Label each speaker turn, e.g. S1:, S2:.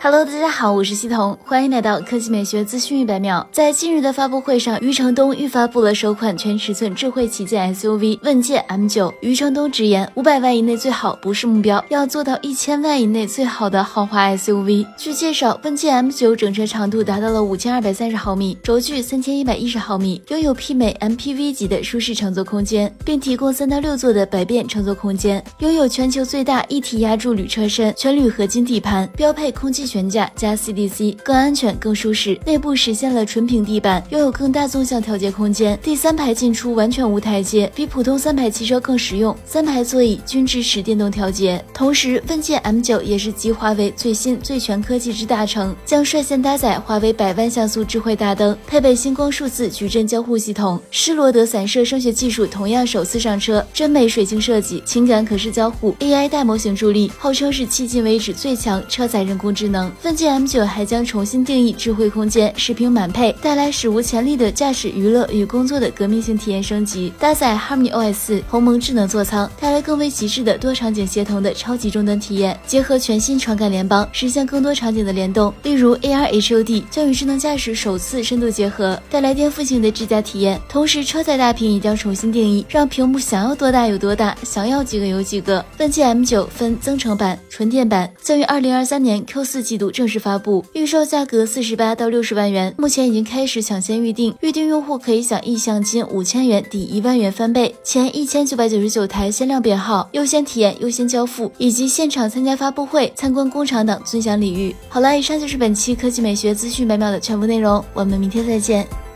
S1: Hello， 大家好，我是西彤，欢迎来到科技美学资讯100秒。在近日的发布会上，余承东预发布了首款全尺寸智慧旗舰 SUV 问界 M9。余承东直言，500万以内最好不是目标，要做到1000万以内最好的豪华 SUV。据介绍，问界 M9 整车长度达到了5230毫米，轴距3110毫米，拥有媲美 MPV 级的舒适乘坐空间，并提供3到6座的百变乘坐空间，拥有全球最大一体压铸铝车身、全铝合金底盘，标配空气悬架加 CDC， 更安全更舒适。内部实现了纯平地板，拥有更大纵向调节空间。第3排进出完全无台阶，比普通3排汽车更实用。3排座椅均支持电动调节。同时，问界 M9 也是集华为最新最全科技之大成，将率先搭载华为100万像素智慧大灯，配备星光数字矩阵交互系统。施罗德散射声学技术同样首次上车，真美水晶设计，情感可视交互 ，AI 大模型助力，号称是迄今为止最强车载人工智能。问界 M9 还将重新定义智慧空间，视频满配，带来史无前例的驾驶、娱乐与工作的革命性体验升级。搭载 Harmony OS 鸿蒙智能座舱，带来更为极致的多场景协同的超级终端体验。结合全新传感联邦，实现更多场景的联动，例如 AR HUD 将与智能驾驶首次深度结合，带来颠覆性的智驾体验。同时，车载大屏也将重新定义，让屏幕想要多大有多大，想要几个有几个。问界 M9 分增程版、纯电版，将于2023年 Q4季度正式发布，预售价格48到60万元，目前已经开始抢先预定，预定用户可以享意向金5000元抵1万元翻倍，前1999台限量编号，优先体验、优先交付，以及现场参加发布会、参观工厂等尊享礼遇。好了，以上就是本期科技美学资讯100秒的全部内容，我们明天再见。